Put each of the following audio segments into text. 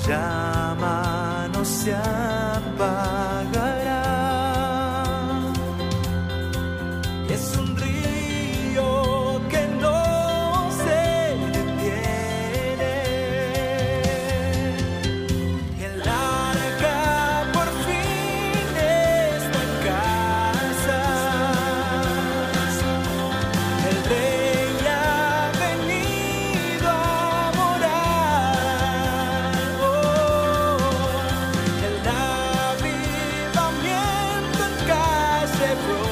llama no se apagará. Es un río que no se detiene. El arca por fin está en casa. El rey ha venido a morar. El avivamiento en calle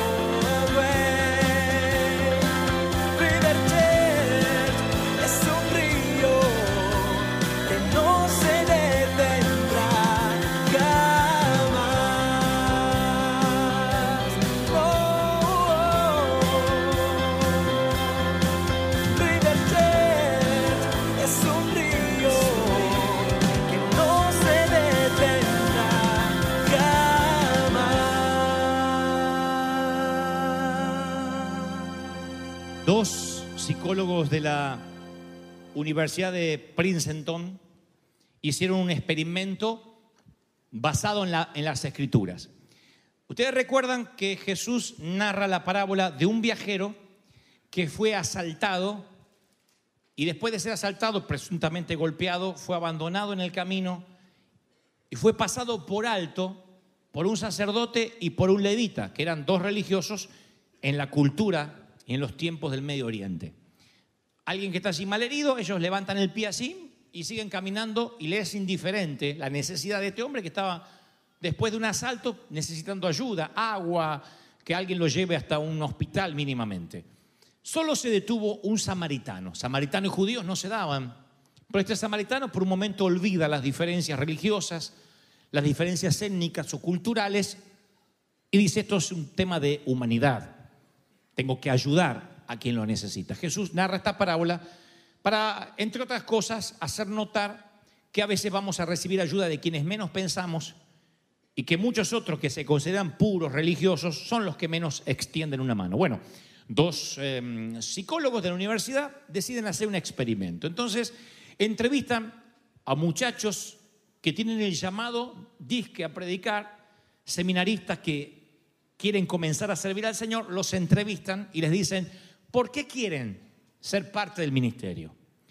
Broadway. River Church es un río que no se detendrá jamás. River Church es un río que no se detendrá jamás. Dos psicólogos de la Universidad de Princeton hicieron un experimento basado en las Escrituras. Ustedes recuerdan que Jesús narra la parábola de un viajero que fue asaltado y después de ser asaltado, presuntamente golpeado, fue abandonado en el camino y fue pasado por alto por un sacerdote y por un levita, que eran dos religiosos en la cultura y en los tiempos del Medio Oriente. Alguien que está así malherido, ellos levantan el pie así y siguen caminando y le es indiferente la necesidad de este hombre que estaba después de un asalto necesitando ayuda, agua, que alguien lo lleve hasta un hospital mínimamente. Solo se detuvo un samaritano. Samaritanos y judíos no se daban. Pero este samaritano por un momento olvida las diferencias religiosas, las diferencias étnicas o culturales y dice: esto es un tema de humanidad. Tengo que ayudar a quien lo necesita. Jesús narra esta parábola para, entre otras cosas, hacer notar que a veces vamos a recibir ayuda de quienes menos pensamos y que muchos otros que se consideran puros religiosos son los que menos extienden una mano. Bueno, dos psicólogos de la universidad deciden hacer un experimento. Entonces, entrevistan a muchachos que tienen el llamado disque a predicar, seminaristas que quieren comenzar a servir al Señor, los entrevistan y les dicen: ¿por qué quieren ser parte del ministerio?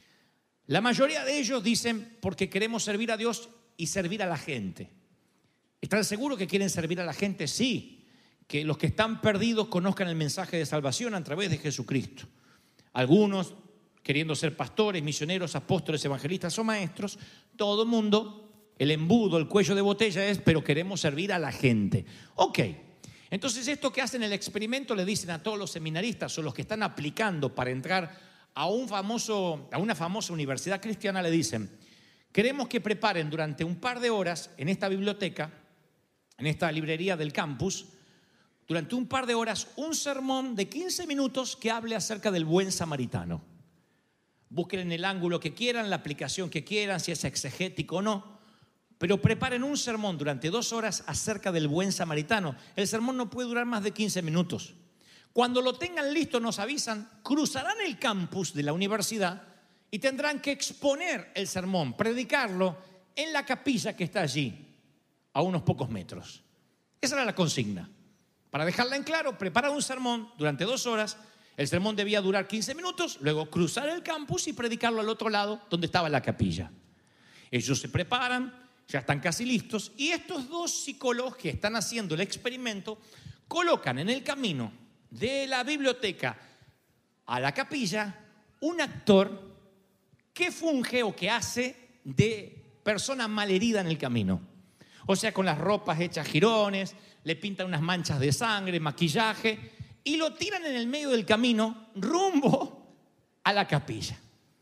La mayoría de ellos dicen: porque queremos servir a Dios y servir a la gente. ¿Están seguros que quieren servir a la gente? Sí, que los que están perdidos conozcan el mensaje de salvación a través de Jesucristo. Algunos queriendo ser pastores, misioneros, apóstoles, evangelistas o maestros. Todo el mundo, el embudo, el cuello de botella es: pero queremos servir a la gente. Ok. Entonces, esto que hacen el experimento le dicen a todos los seminaristas o los que están aplicando para entrar a una famosa universidad cristiana, le dicen: queremos que preparen durante un par de horas en esta biblioteca, en esta librería del campus, durante un par de horas, un sermón de 15 minutos que hable acerca del buen samaritano. Busquen en el ángulo que quieran, la aplicación que quieran, si es exegético o no. Pero preparen un sermón durante 2 horas acerca del buen samaritano. El sermón no puede durar más de 15 minutos. Cuando lo tengan listo, nos avisan, cruzarán el campus de la universidad y tendrán que exponer el sermón, predicarlo en la capilla que está allí, a unos pocos metros. Esa era la consigna. Para dejarla en claro, preparar un sermón durante 2 horas. El sermón debía durar 15 minutos, luego cruzar el campus y predicarlo al otro lado, donde estaba la capilla. Ellos se preparan, ya están casi listos, y estos dos psicólogos que están haciendo el experimento colocan en el camino de la biblioteca a la capilla un actor que funge o que hace de persona malherida en el camino. O sea, con las ropas hechas jirones, le pintan unas manchas de sangre, maquillaje, y lo tiran en el medio del camino rumbo a la capilla.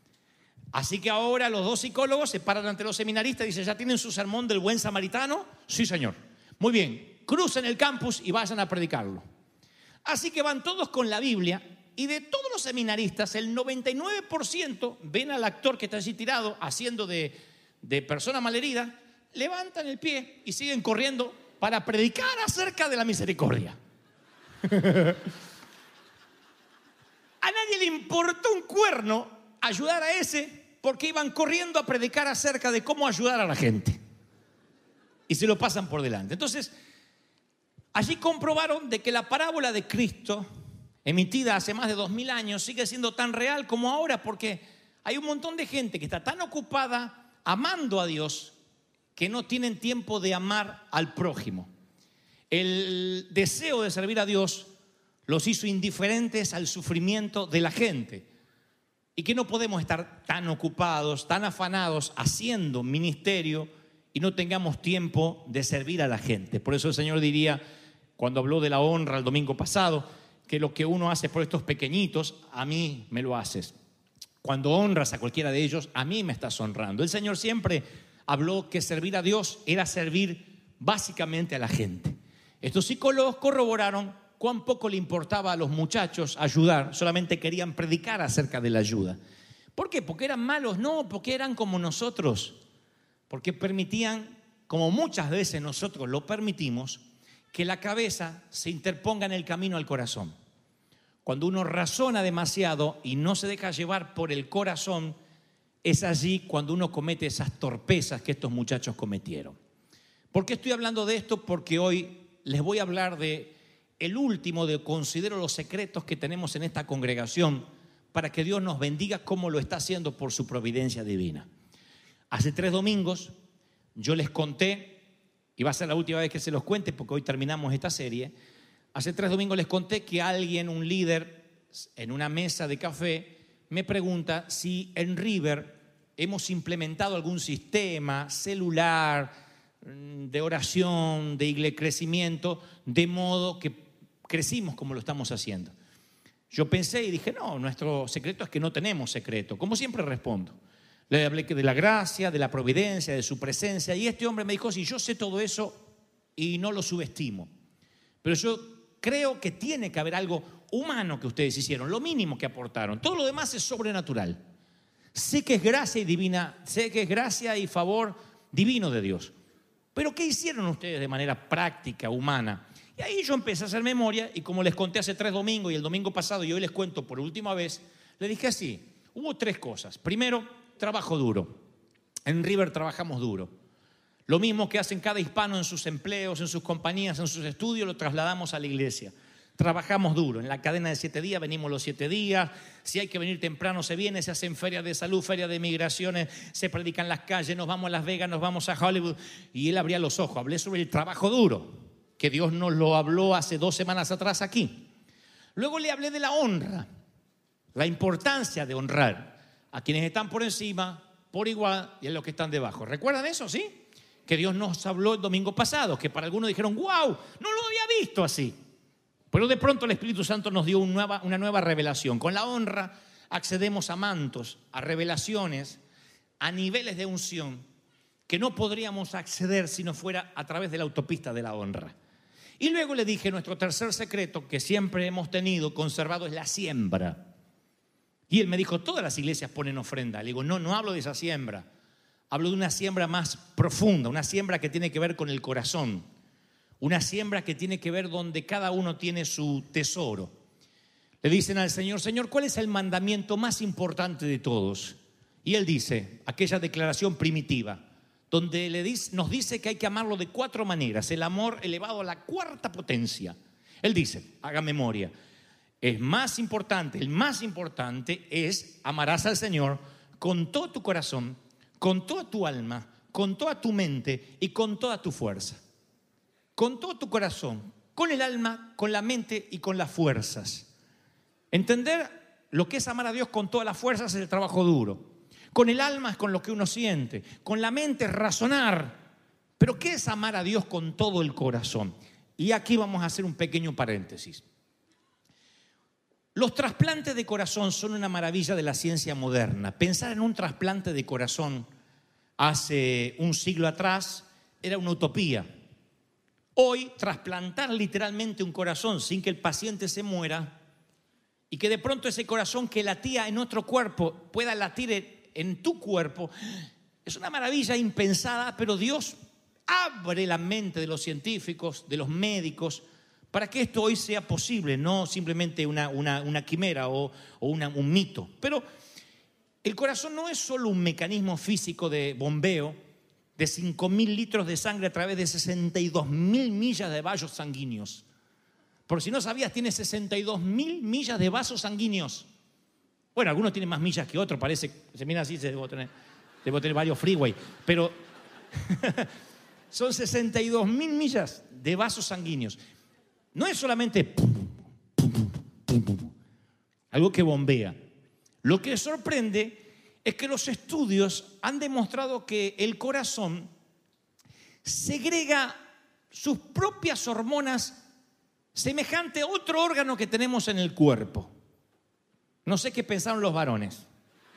Así que ahora los dos psicólogos se paran ante los seminaristas y dicen: ¿ya tienen su sermón del buen samaritano? Sí, señor. Muy bien, crucen el campus y vayan a predicarlo. Así que van todos con la Biblia, y de todos los seminaristas, el 99% ven al actor que está allí tirado haciendo de persona malherida, levantan el pie y siguen corriendo para predicar acerca de la misericordia. A nadie le importó un cuerno ayudar a ese Porque iban corriendo a predicar acerca de cómo ayudar a la gente. Y se lo pasan por delante. Entonces, allí comprobaron de que la parábola de Cristo, emitida hace más de 2000 años, sigue siendo tan real como ahora, porque hay un montón de gente que está tan ocupada amando a Dios que no tienen tiempo de amar al prójimo. El deseo de servir a Dios los hizo indiferentes al sufrimiento de la gente. Y que no podemos estar tan ocupados, tan afanados haciendo ministerio y no tengamos tiempo de servir a la gente. Por eso el Señor diría, cuando habló de la honra el domingo pasado, que lo que uno hace por estos pequeñitos, a mí me lo haces. Cuando honras a cualquiera de ellos, a mí me estás honrando. El Señor siempre habló que servir a Dios era servir básicamente a la gente. Estos psicólogos corroboraron cuán poco le importaba a los muchachos ayudar, solamente querían predicar acerca de la ayuda. ¿Por qué? ¿Porque eran malos? No, porque eran como nosotros. Porque permitían, como muchas veces nosotros lo permitimos, que la cabeza se interponga en el camino al corazón. Cuando uno razona demasiado y no se deja llevar por el corazón, es allí cuando uno comete esas torpezas que estos muchachos cometieron. ¿Por qué estoy hablando de esto? Porque hoy les voy a hablar de el último de considero los secretos que tenemos en esta congregación para que Dios nos bendiga como lo está haciendo por su providencia divina. Hace 3 domingos yo les conté, y va a ser la última vez que se los cuente porque hoy terminamos esta serie. Hace 3 domingos les conté que alguien, un líder, en una mesa de café, me pregunta si en River hemos implementado algún sistema celular de oración, de crecimiento, de modo que crecimos como lo estamos haciendo. Yo pensé y dije, no, nuestro secreto es que no tenemos secreto. Como siempre respondo. Le hablé de la gracia, de la providencia, de su presencia. Y este hombre me dijo, sí, yo sé todo eso y no lo subestimo. Pero yo creo que tiene que haber algo humano que ustedes hicieron, lo mínimo que aportaron. Todo lo demás es sobrenatural. Sé que es gracia y divina, sé que es gracia y favor divino de Dios. Pero ¿qué hicieron ustedes de manera práctica, humana? Y ahí yo empecé a hacer memoria y como les conté hace 3 domingos y el domingo pasado y hoy les cuento por última vez, les dije así, hubo 3 cosas. Primero, trabajo duro. En River trabajamos duro. Lo mismo que hacen cada hispano en sus empleos, en sus compañías, en sus estudios, lo trasladamos a la iglesia. Trabajamos duro. En la cadena de 7 días venimos los 7 días. Si hay que venir temprano se viene, se hacen ferias de salud, ferias de migraciones, se predican en las calles, nos vamos a Las Vegas, nos vamos a Hollywood. Y él abría los ojos. Hablé sobre el trabajo duro, que Dios nos lo habló hace 2 semanas atrás aquí. Luego le hablé de la honra, la importancia de honrar a quienes están por encima, por igual y a los que están debajo. ¿Recuerdan eso, sí? Que Dios nos habló el domingo pasado, que para algunos dijeron, wow, no lo había visto así. Pero de pronto el Espíritu Santo nos dio una nueva revelación. Con la honra accedemos a mantos, a revelaciones, a niveles de unción que no podríamos acceder si no fuera a través de la autopista de la honra. Y luego le dije, nuestro tercer secreto que siempre hemos tenido conservado es la siembra. Y él me dijo, todas las iglesias ponen ofrenda. Le digo, no hablo de esa siembra. Hablo de una siembra más profunda, una siembra que tiene que ver con el corazón. Una siembra que tiene que ver donde cada uno tiene su tesoro. Le dicen al Señor, Señor, ¿cuál es el mandamiento más importante de todos? Y Él dice, aquella declaración primitiva, donde nos dice que hay que amarlo de 4 maneras, el amor elevado a la 4ª potencia. Él dice, haga memoria, el más importante es amarás al Señor con todo tu corazón, con toda tu alma, con toda tu mente y con toda tu fuerza. Con todo tu corazón, con el alma, con la mente y con las fuerzas. Entender lo que es amar a Dios con todas las fuerzas es el trabajo duro. Con el alma es con lo que uno siente. Con la mente es razonar. Pero ¿qué es amar a Dios con todo el corazón? Y aquí vamos a hacer un pequeño paréntesis. Los trasplantes de corazón son una maravilla de la ciencia moderna. Pensar en un trasplante de corazón hace un siglo atrás era una utopía. Hoy, trasplantar literalmente un corazón sin que el paciente se muera y que de pronto ese corazón que latía en otro cuerpo pueda latir en tu cuerpo, es una maravilla impensada, pero Dios abre la mente de los científicos, de los médicos, para que esto hoy sea posible, no simplemente una quimera o un mito. Pero El corazón no es solo un mecanismo físico de bombeo de 5.000 litros de sangre a través de 62.000 millas de vasos sanguíneos. Por si no sabías, tiene 62.000 millas de vasos sanguíneos. Bueno, algunos tienen más millas que otros, parece, se mira así, debo tener varios freeway, pero son 62.000 millas de vasos sanguíneos. No es solamente algo que bombea. Lo que sorprende es que los estudios han demostrado que el corazón segrega sus propias hormonas semejante a otro órgano que tenemos en el cuerpo. No sé qué pensaron los varones.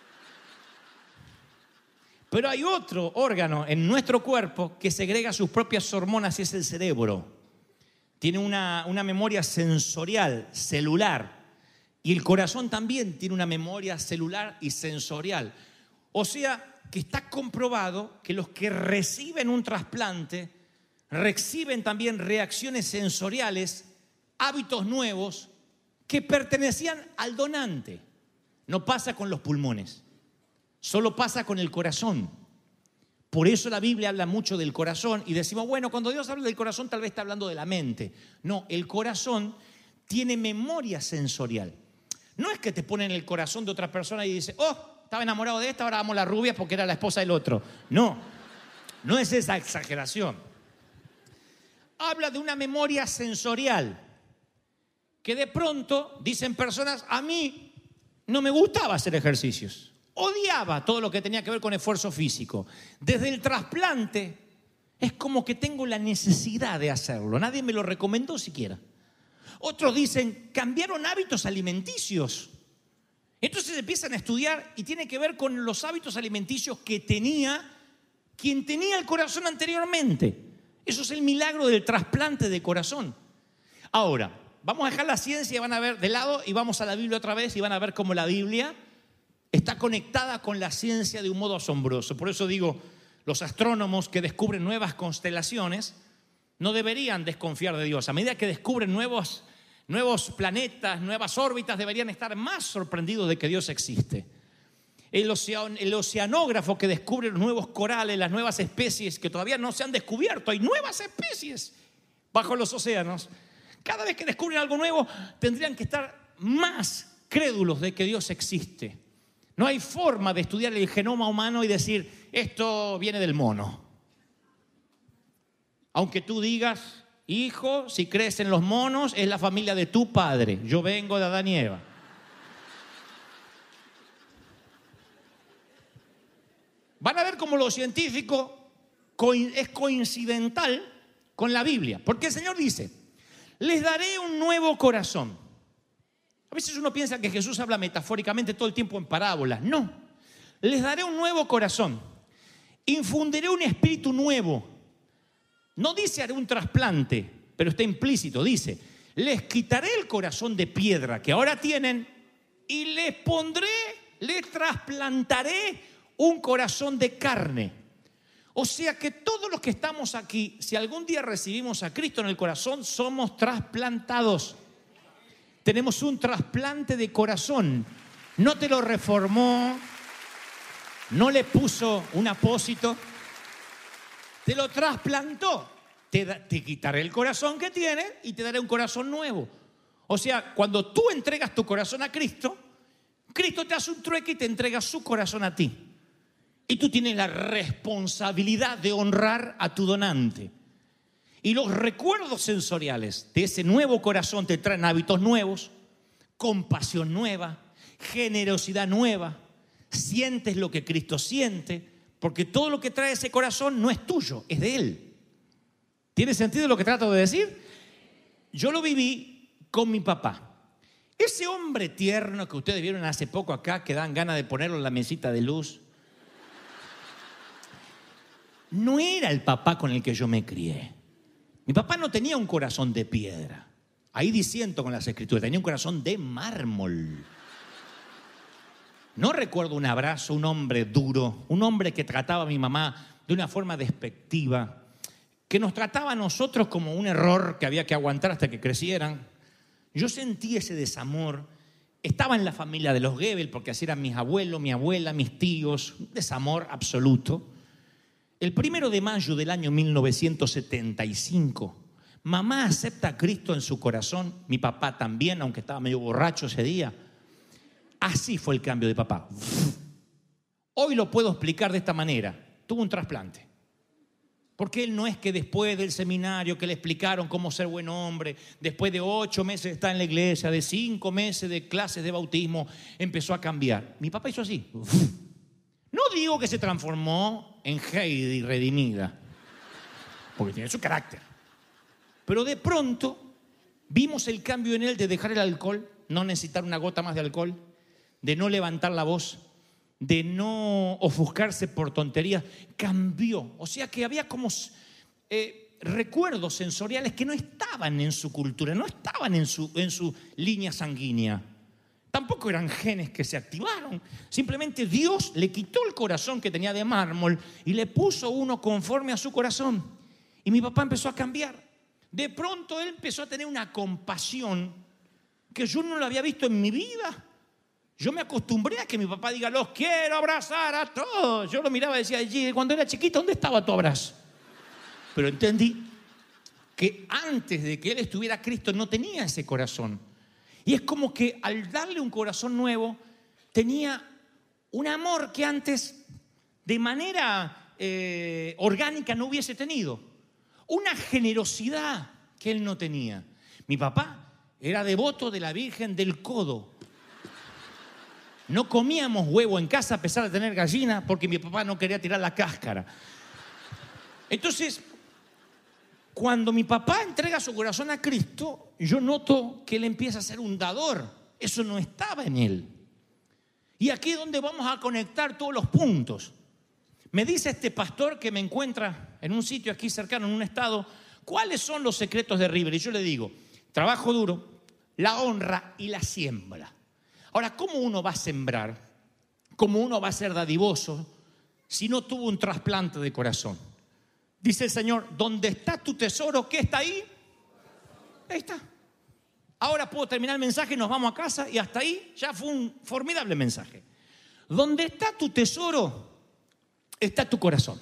Pero hay otro órgano en nuestro cuerpo que segrega sus propias hormonas y es el cerebro. Tiene una memoria sensorial, celular. Y el corazón también tiene una memoria celular y sensorial. O sea, que está comprobado que los que reciben un trasplante reciben también reacciones sensoriales, hábitos nuevos que pertenecían al donante. No pasa con los pulmones, solo pasa con el corazón. Por eso la Biblia habla mucho del corazón y decimos, bueno, cuando Dios habla del corazón tal vez está hablando de la mente. No, el corazón tiene memoria sensorial. No es que te ponen el corazón de otra persona y dices, oh, estaba enamorado de esta, ahora amo a la rubia porque era la esposa del otro. No, no es esa exageración. Habla de una memoria sensorial que de pronto dicen personas, a mí no me gustaba hacer ejercicios. Odiaba todo lo que tenía que ver con esfuerzo físico. Desde el trasplante es como que tengo la necesidad de hacerlo. Nadie me lo recomendó siquiera. Otros dicen, cambiaron hábitos alimenticios. Entonces empiezan a estudiar y tiene que ver con los hábitos alimenticios que tenía quien tenía el corazón anteriormente. Eso es el milagro del trasplante de corazón. Ahora, vamos a dejar la ciencia y van a ver de lado y vamos a la Biblia otra vez y van a ver cómo la Biblia está conectada con la ciencia de un modo asombroso. Por eso digo, los astrónomos que descubren nuevas constelaciones no deberían desconfiar de Dios. A medida que descubren nuevos planetas, nuevas órbitas, deberían estar más sorprendidos de que Dios existe. El oceanógrafo que descubre los nuevos corales, las nuevas especies que todavía no se han descubierto. Hay nuevas especies bajo los océanos. Cada vez que descubren algo nuevo, tendrían que estar más crédulos de que Dios existe. No hay forma de estudiar el genoma humano y decir, esto viene del mono. Aunque tú digas, hijo, si crees en los monos, es la familia de tu padre. Yo vengo de Adán y Eva. Van a ver cómo lo científico es coincidental con la Biblia. Porque el Señor dice, les daré un nuevo corazón. A veces uno piensa que Jesús habla metafóricamente todo el tiempo en parábolas. No, les daré un nuevo corazón. Infundiré un espíritu nuevo. No dice haré un trasplante, pero está implícito. Dice, les quitaré el corazón de piedra que ahora tienen y les trasplantaré un corazón de carne. O sea que todos los que estamos aquí, si algún día recibimos a Cristo en el corazón, somos trasplantados. Tenemos un trasplante de corazón. No te lo reformó, no le puso un apósito, te lo trasplantó. Te quitaré el corazón que tienes y te daré un corazón nuevo. O sea, cuando tú entregas tu corazón a Cristo, Cristo te hace un trueque y te entrega su corazón a ti. Y tú tienes la responsabilidad de honrar a tu donante. Y los recuerdos sensoriales de ese nuevo corazón te traen hábitos nuevos, compasión nueva, generosidad nueva. Sientes lo que Cristo siente, porque todo lo que trae ese corazón no es tuyo, es de Él. ¿Tiene sentido lo que trato de decir? Yo lo viví con mi papá. Ese hombre tierno que ustedes vieron hace poco acá, que dan ganas de ponerlo en la mesita de luz, no era el papá con el que yo me crié. Mi papá no tenía un corazón de piedra. Ahí disiento con las escrituras. Tenía un corazón de mármol. No recuerdo un abrazo, un hombre duro, un hombre que trataba a mi mamá de una forma despectiva, que nos trataba a nosotros como un error que había que aguantar hasta que crecieran. Yo sentí ese desamor Estaba en la familia de los Goebbels, porque así eran mis abuelos, mi abuela, mis tíos, un desamor absoluto. El 1 de mayo del año 1975, mamá acepta a Cristo en su corazón, mi papá también, aunque estaba medio borracho ese día. Así fue el cambio de papá. Hoy lo puedo explicar de esta manera. Tuvo un trasplante. Porque él no es que después del seminario que le explicaron cómo ser buen hombre, después de 8 meses de estar en la iglesia, de 5 meses de clases de bautismo, empezó a cambiar. Mi papá hizo así. No digo que se transformó en Heidi redimida, porque tiene su carácter. Pero de pronto vimos el cambio en él de dejar el alcohol, no necesitar una gota más de alcohol, de no levantar la voz, de no ofuscarse por tonterías. Cambió. O sea que había como recuerdos sensoriales que no estaban en su cultura, no estaban en su línea sanguínea. Tampoco eran genes que se activaron. Simplemente Dios le quitó el corazón que tenía de mármol y le puso uno conforme a su corazón. Y mi papá empezó a cambiar. De pronto él empezó a tener una compasión que yo no lo había visto en mi vida. Yo me acostumbré a que mi papá diga, los quiero abrazar a todos. Yo lo miraba y decía, allí, cuando era chiquito, ¿dónde estaba tu abrazo? Pero entendí que antes de que él estuviera a Cristo no tenía ese corazón. Y es como que al darle un corazón nuevo, tenía un amor que antes de manera orgánica no hubiese tenido. Una generosidad que él no tenía. Mi papá era devoto de la Virgen del Codo. No comíamos huevo en casa a pesar de tener gallina porque mi papá no quería tirar la cáscara. Entonces, cuando mi papá entrega su corazón a Cristo, yo noto que él empieza a ser un dador. Eso no estaba en él. Y aquí es donde vamos a conectar todos los puntos. Me dice este pastor que me encuentra en un sitio aquí cercano, en un estado, ¿cuáles son los secretos de River? Y yo le digo, trabajo duro, la honra y la siembra. Ahora, ¿cómo uno va a sembrar? ¿Cómo uno va a ser dadivoso si no tuvo un trasplante de corazón? Dice el Señor, ¿dónde está tu tesoro? ¿Qué está ahí? Ahí está. Ahora puedo terminar el mensaje, nos vamos a casa y hasta ahí ya fue un formidable mensaje. Donde está tu tesoro, está tu corazón.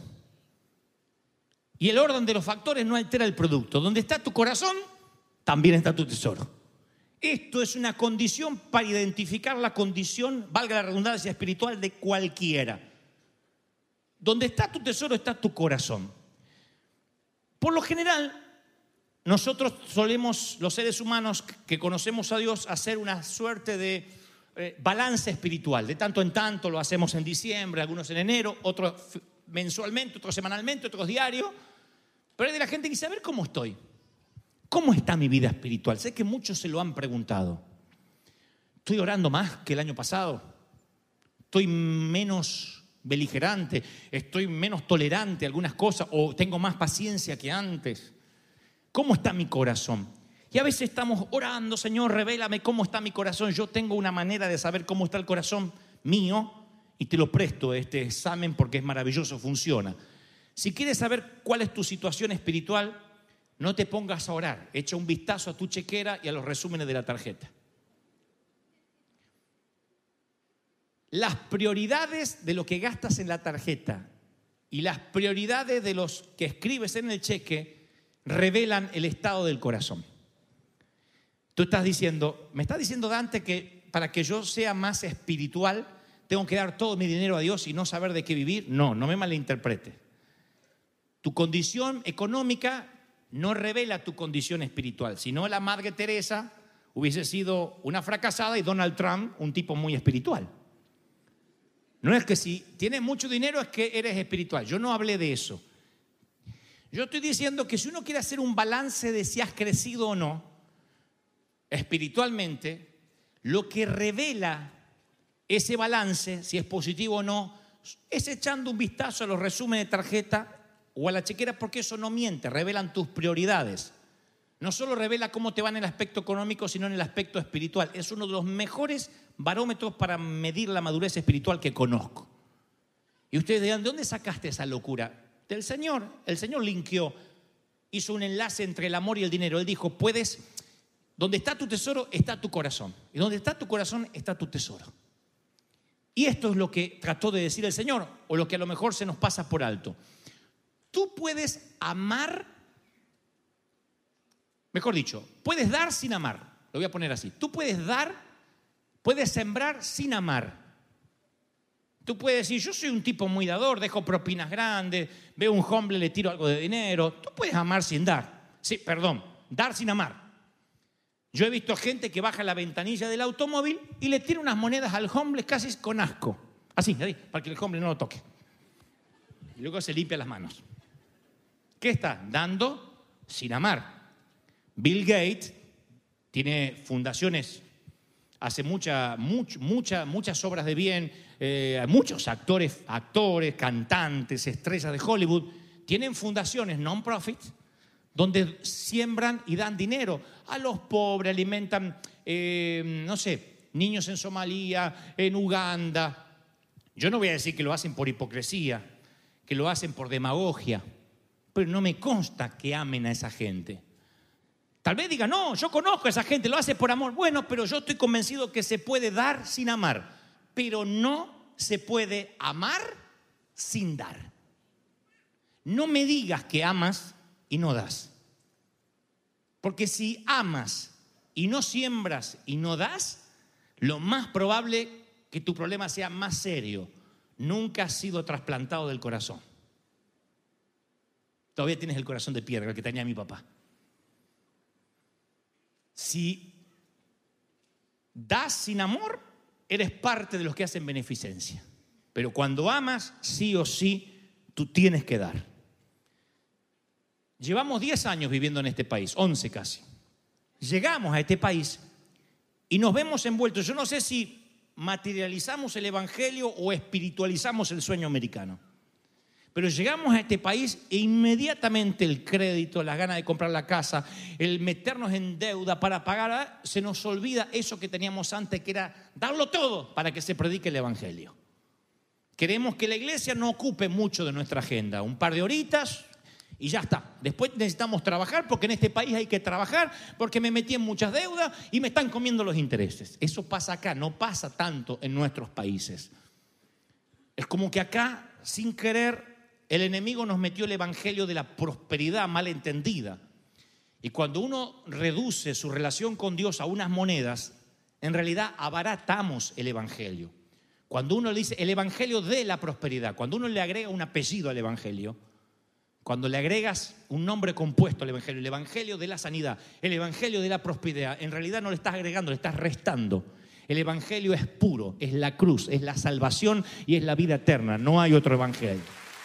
Y el orden de los factores no altera el producto. Donde está tu corazón, también está tu tesoro. Esto es una condición para identificar la condición, valga la redundancia, espiritual de cualquiera. Donde está tu tesoro, está tu corazón. Por lo general, nosotros solemos, los seres humanos que conocemos a Dios, hacer una suerte de balance espiritual. De tanto en tanto lo hacemos en diciembre, algunos en enero, otros mensualmente, otros semanalmente, otros diarios. Pero hay de la gente que dice, a ver cómo estoy. ¿Cómo está mi vida espiritual? Sé que muchos se lo han preguntado. ¿Estoy orando más que el año pasado? ¿Estoy menos beligerante? ¿Estoy menos tolerante a algunas cosas? ¿O tengo más paciencia que antes? ¿Cómo está mi corazón? Y a veces estamos orando, Señor, revélame cómo está mi corazón. Yo tengo una manera de saber cómo está el corazón mío y te lo presto este examen porque es maravilloso, funciona. Si quieres saber cuál es tu situación espiritual, no te pongas a orar. Echa un vistazo a tu chequera y a los resúmenes de la tarjeta. Las prioridades de lo que gastas en la tarjeta y las prioridades de los que escribes en el cheque revelan el estado del corazón. Tú estás diciendo, me estás diciendo, Dante, que para que yo sea más espiritual tengo que dar todo mi dinero a Dios y no saber de qué vivir. No me malinterpretes. Tu condición económica no revela tu condición espiritual. Si no, la Madre Teresa hubiese sido una fracasada y Donald Trump un tipo muy espiritual. No es que si tienes mucho dinero es que eres espiritual. Yo no hablé de eso. Yo estoy diciendo que si uno quiere hacer un balance de si has crecido o no espiritualmente, lo que revela ese balance, si es positivo o no, es echando un vistazo a los resúmenes de tarjeta o a la chequera, porque eso no miente, revelan tus prioridades. No solo revela cómo te va en el aspecto económico, sino en el aspecto espiritual. Es uno de los mejores barómetros para medir la madurez espiritual que conozco. Y ustedes dirán, ¿de dónde sacaste esa locura? Del Señor. El Señor linkeó, hizo un enlace entre el amor y el dinero. Él dijo, puedes Donde está tu tesoro, está tu corazón. Y donde está tu corazón, está tu tesoro. Y esto es lo que trató de decir el Señor, o lo que a lo mejor se nos pasa por alto. Tú puedes amar, mejor dicho, puedes dar sin amar. Lo voy a poner así. Tú puedes dar, puedes sembrar sin amar. Tú puedes decir, yo soy un tipo muy dador, dejo propinas grandes, veo un hombre, le tiro algo de dinero. Tú puedes amar sin dar. Sí, perdón, dar sin amar. Yo he visto gente que baja la ventanilla del automóvil y le tira unas monedas al hombre casi con asco. Así, para que el hombre no lo toque. Y luego se limpia las manos. ¿Qué está? Dando sin amar. Bill Gates tiene fundaciones, hace muchas obras de bien, muchos actores, cantantes, estrellas de Hollywood, tienen fundaciones non-profit donde siembran y dan dinero a los pobres, alimentan, niños en Somalia, en Uganda. Yo no voy a decir que lo hacen por hipocresía, que lo hacen por demagogia, pero no me consta que amen a esa gente. Tal vez diga, no, yo conozco a esa gente, lo hace por amor. Bueno, pero yo estoy convencido que se puede dar sin amar, pero no se puede amar sin dar. No me digas que amas y no das. Porque si amas y no siembras y no das, lo más probable que tu problema sea más serio. Nunca has sido trasplantado del corazón. Todavía tienes el corazón de piedra, el que tenía mi papá. Si das sin amor, eres parte de los que hacen beneficencia. Pero cuando amas, sí o sí, tú tienes que dar. Llevamos 10 años viviendo en este país, 11 casi. Llegamos a este país y nos vemos envueltos. Yo no sé si materializamos el evangelio o espiritualizamos el sueño americano. Pero llegamos a este país e inmediatamente el crédito, las ganas de comprar la casa, el meternos en deuda para pagar, se nos olvida eso que teníamos antes, que era darlo todo para que se predique el evangelio. Queremos que la iglesia no ocupe mucho de nuestra agenda, un par de horitas y ya está. Después necesitamos trabajar porque en este país hay que trabajar, porque me metí en muchas deudas y me están comiendo los intereses. Eso pasa acá, no pasa tanto en nuestros países. Es como que acá, sin querer, el enemigo nos metió el evangelio de la prosperidad mal entendida. Y cuando uno reduce su relación con Dios a unas monedas, en realidad abaratamos el evangelio. Cuando uno le dice el evangelio de la prosperidad, cuando uno le agrega un apellido al evangelio, cuando le agregas un nombre compuesto al evangelio, el evangelio de la sanidad, el evangelio de la prosperidad, en realidad no le estás agregando, le estás restando. El evangelio es puro, es la cruz, es la salvación y es la vida eterna. No hay otro evangelio.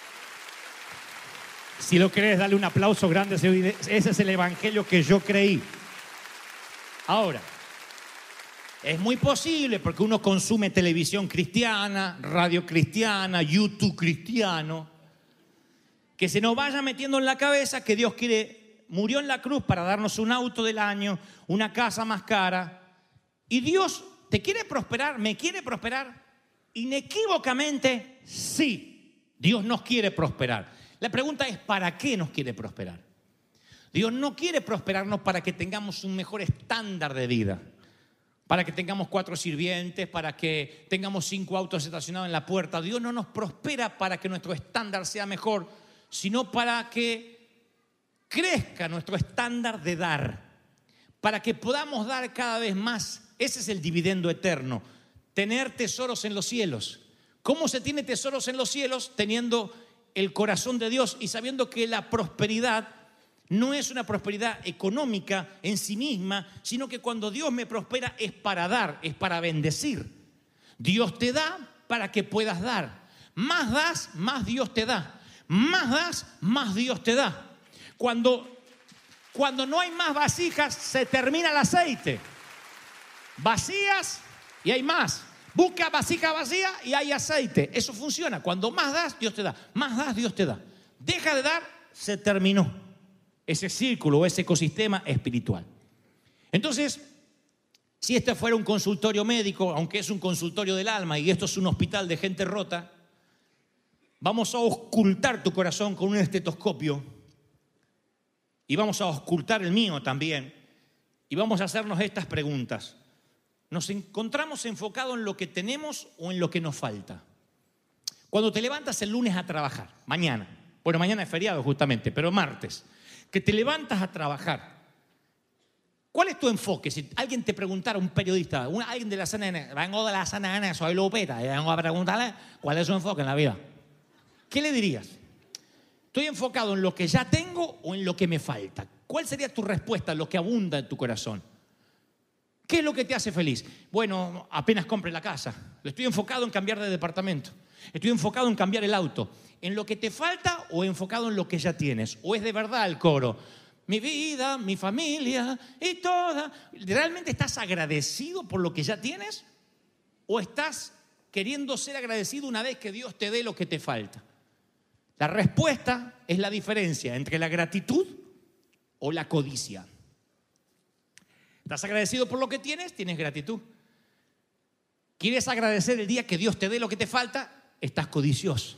Si lo crees, dale un aplauso grande. Ese es el evangelio que yo creí. Ahora, es muy posible porque uno consume televisión cristiana, radio cristiana, YouTube cristiano, que se nos vaya metiendo en la cabeza que Dios murió en la cruz para darnos un auto del año, una casa más cara. Y Dios te quiere prosperar, me quiere prosperar. Inequívocamente, sí, Dios nos quiere prosperar. La pregunta es, ¿para qué nos quiere prosperar? Dios no quiere prosperarnos para que tengamos un mejor estándar de vida, para que tengamos 4 sirvientes, para que tengamos 5 autos estacionados en la puerta. Dios no nos prospera para que nuestro estándar sea mejor, sino para que crezca nuestro estándar de dar, para que podamos dar cada vez más. Ese es el dividendo eterno, tener tesoros en los cielos. ¿Cómo se tiene tesoros en los cielos? Teniendo el corazón de Dios y sabiendo que la prosperidad no es una prosperidad económica en sí misma, sino que cuando Dios me prospera es para dar, es para bendecir. Dios te da para que puedas dar. Más das, más Dios te da. Más das, más Dios te da. Cuando no hay más vasijas, se termina el aceite. Vacías y hay más. Busca vasija vacía y hay aceite. Eso funciona. Cuando más das, Dios te da. Más das, Dios te da. Deja de dar, se terminó ese círculo o ese ecosistema espiritual. Entonces, si este fuera un consultorio médico, aunque es un consultorio del alma y esto es un hospital de gente rota, vamos a auscultar tu corazón con un estetoscopio y vamos a auscultar el mío también. y vamos a hacernos estas preguntas. ¿Nos encontramos enfocados en lo que tenemos o en lo que nos falta? Cuando te levantas el lunes a trabajar, mañana, bueno, mañana es feriado justamente, pero martes, que te levantas a trabajar, ¿cuál es tu enfoque? Si alguien te preguntara, un periodista, alguien de la CNN, vengo de la CNN, soy Lupita, y vengo a preguntarle cuál es su enfoque en la vida, ¿qué le dirías? ¿Estoy enfocado en lo que ya tengo o en lo que me falta? ¿Cuál sería tu respuesta a lo que abunda en tu corazón? ¿Qué es lo que te hace feliz? Bueno, apenas compre la casa. Estoy enfocado en cambiar de departamento. Estoy enfocado en cambiar el auto. ¿En lo que te falta o enfocado en lo que ya tienes? ¿O es de verdad el coro? Mi vida, mi familia y toda. ¿Realmente estás agradecido por lo que ya tienes? ¿O estás queriendo ser agradecido una vez que Dios te dé lo que te falta? La respuesta es la diferencia entre la gratitud o la codicia. ¿Estás agradecido por lo que tienes? Tienes gratitud. ¿Quieres agradecer el día que Dios te dé lo que te falta? Estás codicioso.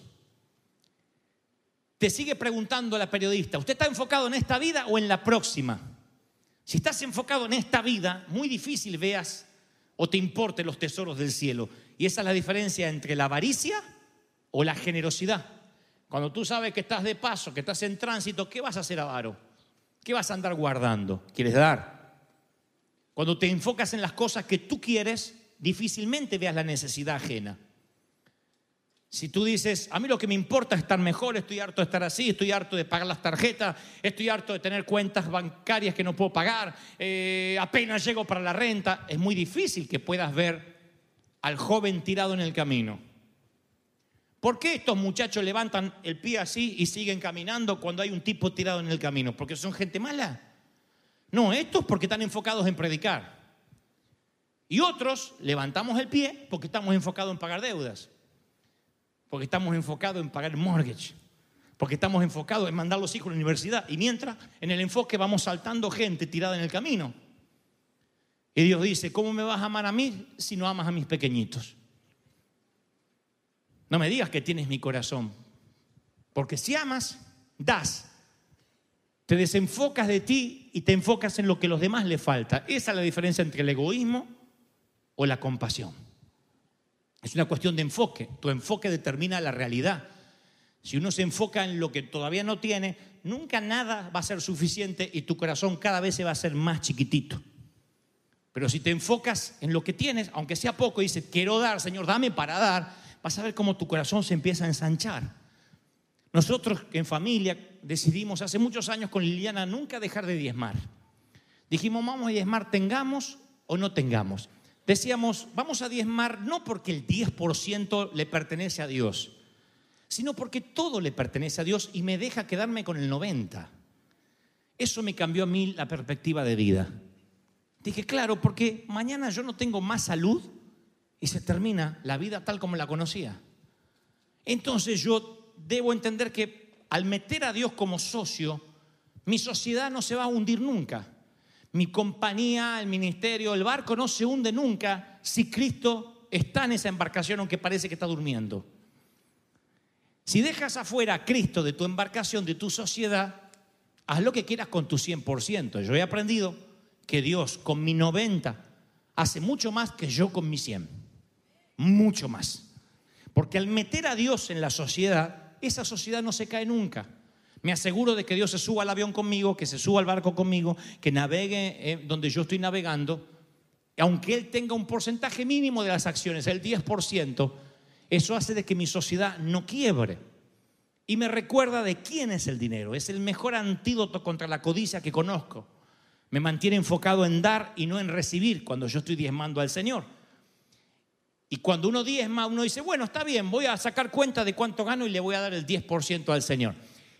Te sigue preguntando la periodista, ¿usted está enfocado en esta vida o en la próxima? Si estás enfocado en esta vida, muy difícil veas o te importen los tesoros del cielo. Y esa es la diferencia entre la avaricia o la generosidad. Cuando tú sabes que estás de paso, que estás en tránsito, ¿qué vas a hacer, avaro? ¿Qué vas a andar guardando? ¿Quieres dar? Cuando te enfocas en las cosas que tú quieres, difícilmente veas la necesidad ajena. Si tú dices, a mí lo que me importa es estar mejor, estoy harto de estar así, estoy harto de pagar las tarjetas, estoy harto de tener cuentas bancarias que no puedo pagar, apenas llego para la renta, es muy difícil que puedas ver al joven tirado en el camino. ¿Por qué estos muchachos levantan el pie así y siguen caminando cuando hay un tipo tirado en el camino? ¿Porque son gente mala? No, estos porque están enfocados en predicar. Y otros levantamos el pie porque estamos enfocados en pagar deudas. Porque estamos enfocados en pagar el mortgage. Porque estamos enfocados en mandar a los hijos a la universidad. Y mientras, en el enfoque vamos saltando gente tirada en el camino. Y Dios dice, ¿cómo me vas a amar a mí si no amas a mis pequeñitos? No me digas que tienes mi corazón. Porque si amas, das. Te desenfocas de ti y te enfocas en lo que a los demás les falta. Esa es la diferencia entre el egoísmo o la compasión. Es una cuestión de enfoque. Tu enfoque determina la realidad. Si uno se enfoca en lo que todavía no tiene, nunca nada va a ser suficiente y tu corazón cada vez se va a hacer más chiquitito. Pero si te enfocas en lo que tienes, aunque sea poco, y dices, quiero dar, Señor, dame para dar, vas a ver cómo tu corazón se empieza a ensanchar. Nosotros en familia decidimos hace muchos años con Liliana nunca dejar de diezmar. Dijimos, vamos a diezmar, tengamos o no tengamos. Decíamos, vamos a diezmar no porque el 10% le pertenece a Dios, sino porque todo le pertenece a Dios y me deja quedarme con el 90%. Eso me cambió a mí la perspectiva de vida. Dije, claro, porque mañana yo no tengo más salud y se termina la vida tal como la conocía. Entonces yo debo entender que al meter a Dios como socio, mi sociedad no se va a hundir nunca. Mi compañía, el ministerio, el barco no se hunde nunca si Cristo está en esa embarcación aunque parece que está durmiendo. Si dejas afuera a Cristo de tu embarcación, de tu sociedad, haz lo que quieras con tu 100%. Yo he aprendido que Dios con mi 90% hace mucho más que yo con mi 100%. Mucho más. Porque al meter a Dios en la sociedad, esa sociedad no se cae nunca. Me aseguro de que Dios se suba al avión conmigo, que se suba al barco conmigo, que navegue donde yo estoy navegando. Aunque Él tenga un porcentaje mínimo de las acciones, el 10%, eso hace de que mi sociedad no quiebre. Y me recuerda de quién es el dinero. Es el mejor antídoto contra la codicia que conozco. Me mantiene enfocado en dar y no en recibir cuando yo estoy diezmando al Señor. Y cuando uno diezma, uno dice, bueno, está bien, voy a sacar cuenta de cuánto gano y le voy a dar el 10% al Señor.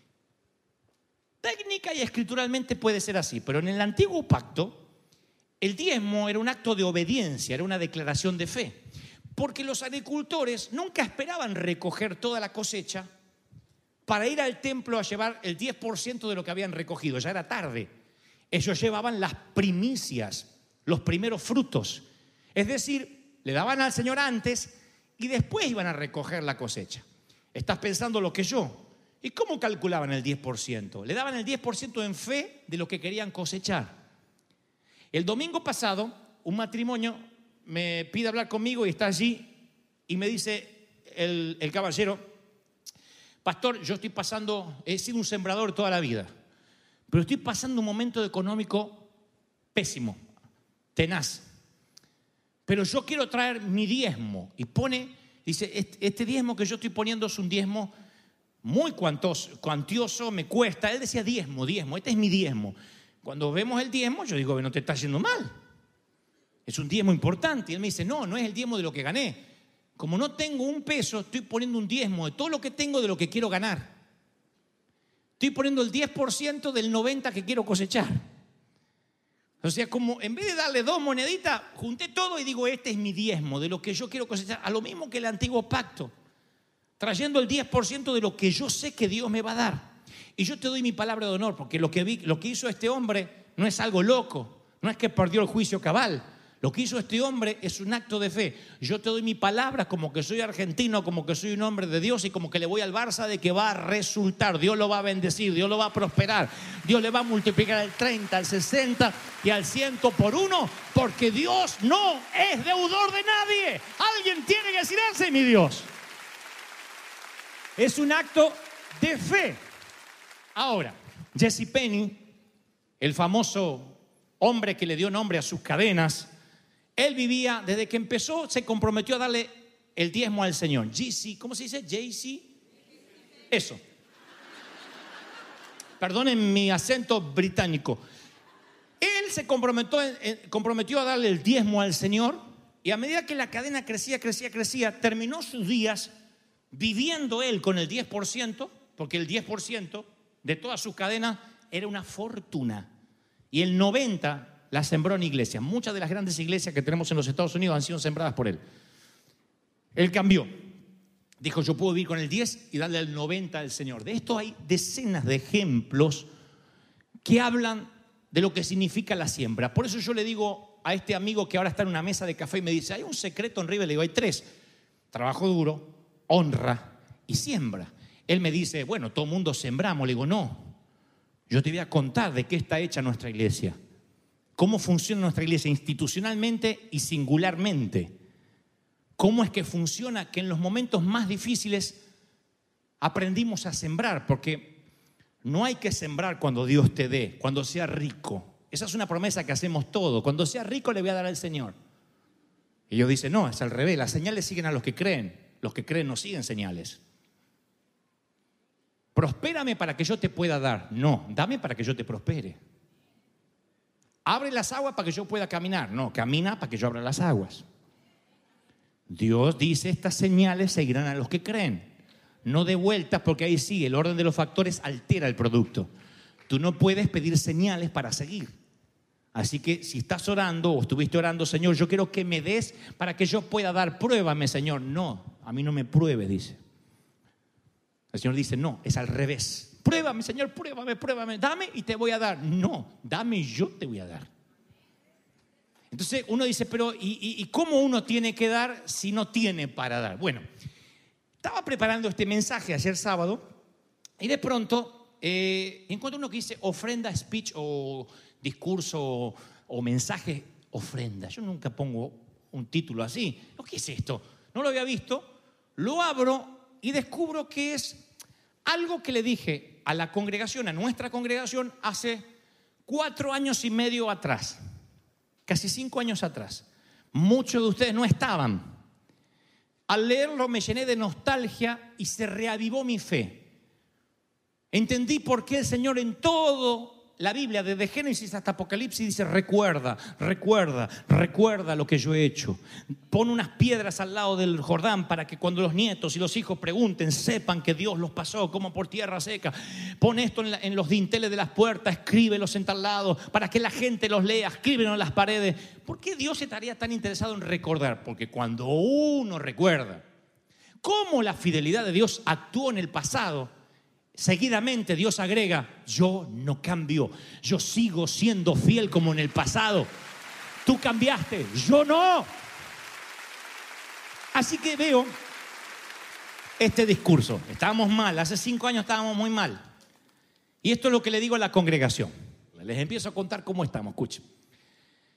Técnica y escrituralmente puede ser así, pero en el antiguo pacto, el diezmo era un acto de obediencia, era una declaración de fe. Porque los agricultores nunca esperaban recoger toda la cosecha para ir al templo a llevar el 10% de lo que habían recogido, ya era tarde. Ellos llevaban las primicias, los primeros frutos. Es decir, le daban al Señor antes y después iban a recoger la cosecha. Estás pensando lo que yo. ¿Y cómo calculaban el 10%? Le daban el 10% en fe de lo que querían cosechar. El domingo pasado, un matrimonio me pide hablar conmigo y está allí y me dice el caballero: pastor, yo estoy pasando, he sido un sembrador toda la vida, pero estoy pasando un momento económico pésimo, tenaz. Pero yo quiero traer mi diezmo. Y dice, este diezmo que yo estoy poniendo es un diezmo muy cuantioso, me cuesta. Él decía diezmo, este es mi diezmo. Cuando vemos el diezmo, yo digo, no te está yendo mal. Es un diezmo importante. Y él me dice, no es el diezmo de lo que gané. Como no tengo un peso, estoy poniendo un diezmo de todo lo que tengo de lo que quiero ganar. Estoy poniendo el 10% del 90% que quiero cosechar. O sea, como en vez de darle 2 moneditas, junté todo y digo, este es mi diezmo de lo que yo quiero cosechar. A lo mismo que el antiguo pacto, trayendo el 10% de lo que yo sé que Dios me va a dar. Y yo te doy mi palabra de honor, porque lo que hizo este hombre no es algo loco, no es que perdió el juicio cabal. Lo que hizo este hombre es un acto de fe. Yo te doy mi palabra como que soy argentino, como que soy un hombre de Dios y como que le voy al Barça de que va a resultar. Dios lo va a bendecir, Dios lo va a prosperar. Dios le va a multiplicar al 30, al 60 y al 100 por 1, porque Dios no es deudor de nadie. Alguien tiene que decir, ese es mi Dios. Es un acto de fe. Ahora, Jesse Penny, el famoso hombre que le dio nombre a sus cadenas, él vivía, desde que empezó, se comprometió a darle el diezmo al Señor. ¿Cómo se dice? JC. Eso. Perdonen mi acento británico. Él se comprometió a darle el diezmo al Señor, y a medida que la cadena crecía, terminó sus días viviendo él con el 10%, porque el 10% de todas sus cadenas era una fortuna. Y el 90% la sembró en iglesias. Muchas de las grandes iglesias que tenemos en los Estados Unidos han sido sembradas por él. Él cambió. Dijo, yo puedo vivir con el 10 y darle el 90 al Señor. De esto hay decenas de ejemplos que hablan de lo que significa la siembra. Por eso yo le digo a este amigo que ahora está en una mesa de café y me dice, hay un secreto en River. Le digo, hay 3. Trabajo duro, honra y siembra. Él me dice, bueno, todo el mundo sembramos. Le digo, no. Yo te voy a contar de qué está hecha nuestra iglesia. Cómo funciona nuestra iglesia institucionalmente y singularmente. Cómo es que funciona que en los momentos más difíciles aprendimos a sembrar, porque no hay que sembrar cuando Dios te dé, cuando sea rico. Esa es una promesa que hacemos todos. Cuando sea rico le voy a dar al Señor. Y ellos dicen, no, es al revés. Las señales siguen a los que creen. Los que creen no siguen señales. Prospérame para que yo te pueda dar. No, dame para que yo te prospere. Abre las aguas para que yo pueda caminar. No, camina para que yo abra las aguas. Dios dice, estas señales seguirán a los que creen. No de vueltas, porque ahí sí, el orden de los factores altera el producto. Tú no puedes pedir señales para seguir. Así que si estás orando o estuviste orando, Señor, yo quiero que me des para que yo pueda dar. Pruébame, Señor. No, a mí no me pruebes, dice. El Señor dice, no, es al revés. Pruébame, Señor, pruébame, dame y te voy a dar. No, dame y yo te voy a dar. Entonces uno dice, pero ¿y cómo uno tiene que dar si no tiene para dar? Bueno, estaba preparando este mensaje ayer sábado y de pronto encuentro uno que dice ofrenda, speech o discurso o mensaje, ofrenda. Yo nunca pongo un título así. ¿Qué es esto? No lo había visto. Lo abro y descubro que es algo que le dije a la congregación, a nuestra congregación, hace 4 años y medio atrás, casi 5 años atrás. Muchos de ustedes no estaban. Al leerlo me llené de nostalgia y se reavivó mi fe. Entendí por qué el Señor en todo la Biblia, desde Génesis hasta Apocalipsis, dice recuerda lo que yo he hecho. Pon unas piedras al lado del Jordán para que cuando los nietos y los hijos pregunten, sepan que Dios los pasó como por tierra seca. Pon esto en los dinteles de las puertas, escríbelos en tal lado para que la gente los lea, escríbelos en las paredes. ¿Por qué Dios estaría tan interesado en recordar? Porque cuando uno recuerda cómo la fidelidad de Dios actuó en el pasado, seguidamente Dios agrega, yo no cambio, yo sigo siendo fiel como en el pasado. Tú cambiaste, yo no. Así que veo este discurso. Estábamos mal, hace 5 años estábamos muy mal. Y esto es lo que le digo a la congregación. Les empiezo a contar cómo estamos, escuchen.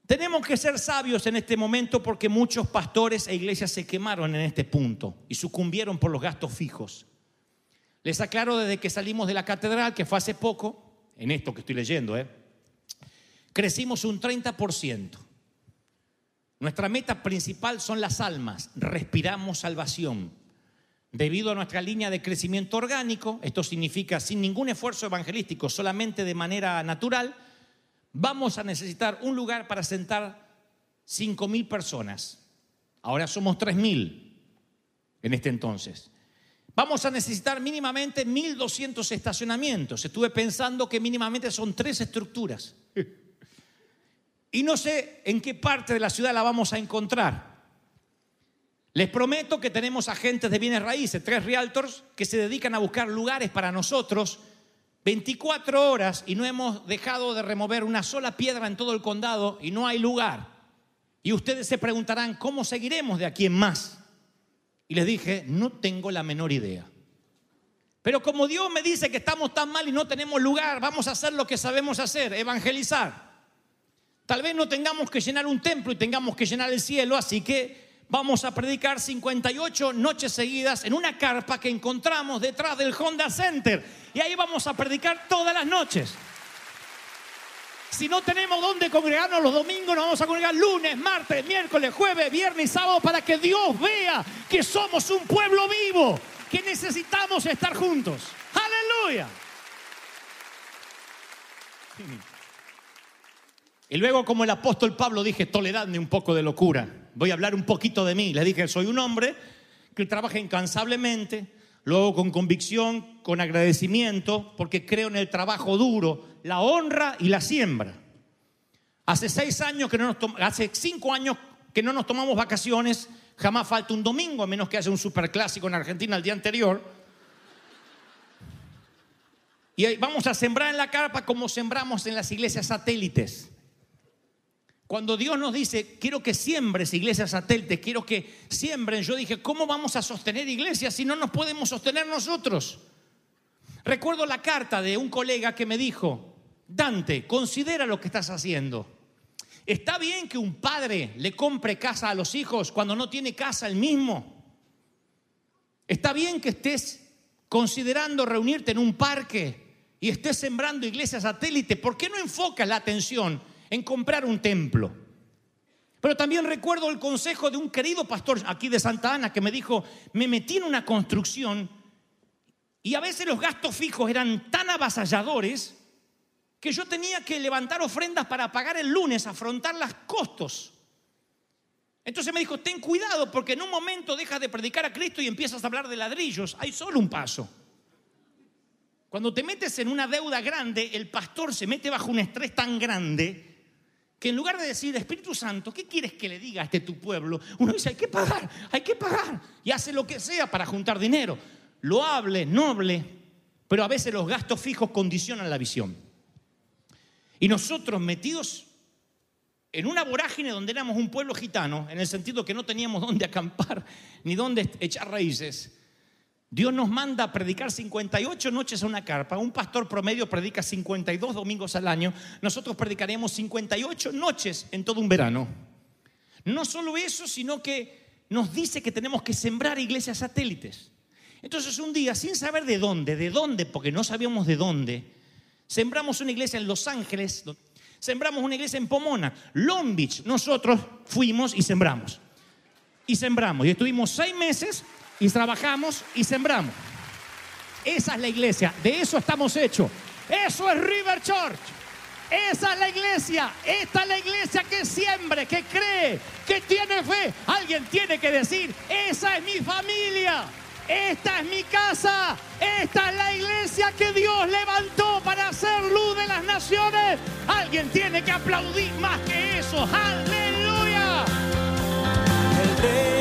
Tenemos que ser sabios en este momento porque muchos pastores e iglesias se quemaron en este punto y sucumbieron por los gastos fijos. Les aclaro desde que salimos de la catedral, que fue hace poco, en esto que estoy leyendo, crecimos un 30%. Nuestra meta principal son las almas, respiramos salvación. Debido a nuestra línea de crecimiento orgánico, esto significa sin ningún esfuerzo evangelístico, solamente de manera natural, vamos a necesitar un lugar para sentar 5.000 personas. Ahora somos 3.000 en este entonces. Vamos a necesitar mínimamente 1.200 estacionamientos. Estuve pensando que mínimamente son 3 estructuras. Y no sé en qué parte de la ciudad la vamos a encontrar. Les prometo que tenemos agentes de bienes raíces, 3 realtors que se dedican a buscar lugares para nosotros 24 horas y no hemos dejado de remover una sola piedra en todo el condado y no hay lugar. Y ustedes se preguntarán, ¿cómo seguiremos de aquí en más? Y les dije, no tengo la menor idea. Pero como Dios me dice que estamos tan mal y no tenemos lugar, vamos a hacer lo que sabemos hacer, evangelizar. Tal vez no tengamos que llenar un templo y tengamos que llenar el cielo, así que vamos a predicar 58 noches seguidas en una carpa que encontramos detrás del Honda Center. Y ahí vamos a predicar todas las noches. Si no tenemos dónde congregarnos los domingos, nos vamos a congregar lunes, martes, miércoles, jueves, viernes y sábado para que Dios vea que somos un pueblo vivo, que necesitamos estar juntos. ¡Aleluya! Y luego, como el apóstol Pablo, dije, toleradme un poco de locura. Voy a hablar un poquito de mí. Les dije, soy un hombre que trabaja incansablemente, luego con convicción, con agradecimiento, porque creo en el trabajo duro, la honra y la siembra. Hace 5 años que no nos tomamos vacaciones. Jamás falta un domingo, a menos que haya un superclásico en Argentina el día anterior. Y vamos a sembrar en la carpa como sembramos en las iglesias satélites. Cuando Dios nos dice, quiero que siembres iglesias satélites, quiero que siembren, yo dije, ¿cómo vamos a sostener iglesias si no nos podemos sostener nosotros? Recuerdo la carta de un colega que me dijo, Dante, considera lo que estás haciendo. ¿Está bien que un padre le compre casa a los hijos cuando no tiene casa él mismo? ¿Está bien que estés considerando reunirte en un parque y estés sembrando iglesias satélites? ¿Por qué no enfocas la atención en comprar un templo? Pero también recuerdo el consejo de un querido pastor aquí de Santa Ana que me dijo, me metí en una construcción y a veces los gastos fijos eran tan avasalladores que yo tenía que levantar ofrendas para pagar el lunes, afrontar los costos. Entonces me dijo, ten cuidado porque en un momento dejas de predicar a Cristo y empiezas a hablar de ladrillos. Hay solo un paso. Cuando te metes en una deuda grande, el pastor se mete bajo un estrés tan grande que en lugar de decir, Espíritu Santo, ¿qué quieres que le diga a tu pueblo? Uno dice, hay que pagar, y hace lo que sea para juntar dinero. Loable, noble, pero a veces los gastos fijos condicionan la visión. Y nosotros metidos en una vorágine donde éramos un pueblo gitano, en el sentido que no teníamos dónde acampar ni dónde echar raíces, Dios nos manda a predicar 58 noches a una carpa. Un pastor promedio predica 52 domingos al año. Nosotros predicaremos 58 noches en todo un verano. No solo eso, sino que nos dice que tenemos que sembrar iglesias satélites. Entonces un día, sin saber de dónde, porque no sabíamos de dónde, sembramos una iglesia en Los Ángeles, sembramos una iglesia en Pomona, Long Beach. Nosotros fuimos y sembramos. Y estuvimos 6 meses y trabajamos y sembramos. Esa es la iglesia, de eso estamos hechos. Eso es River Church. Esa es la iglesia. Esta es la iglesia que siembra, que cree, que tiene fe. Alguien tiene que decir, esa es mi familia, esta es mi casa, esta es la iglesia que Dios levantó para hacer luz de las naciones. Alguien tiene que aplaudir más que eso. ¡Aleluya! El rey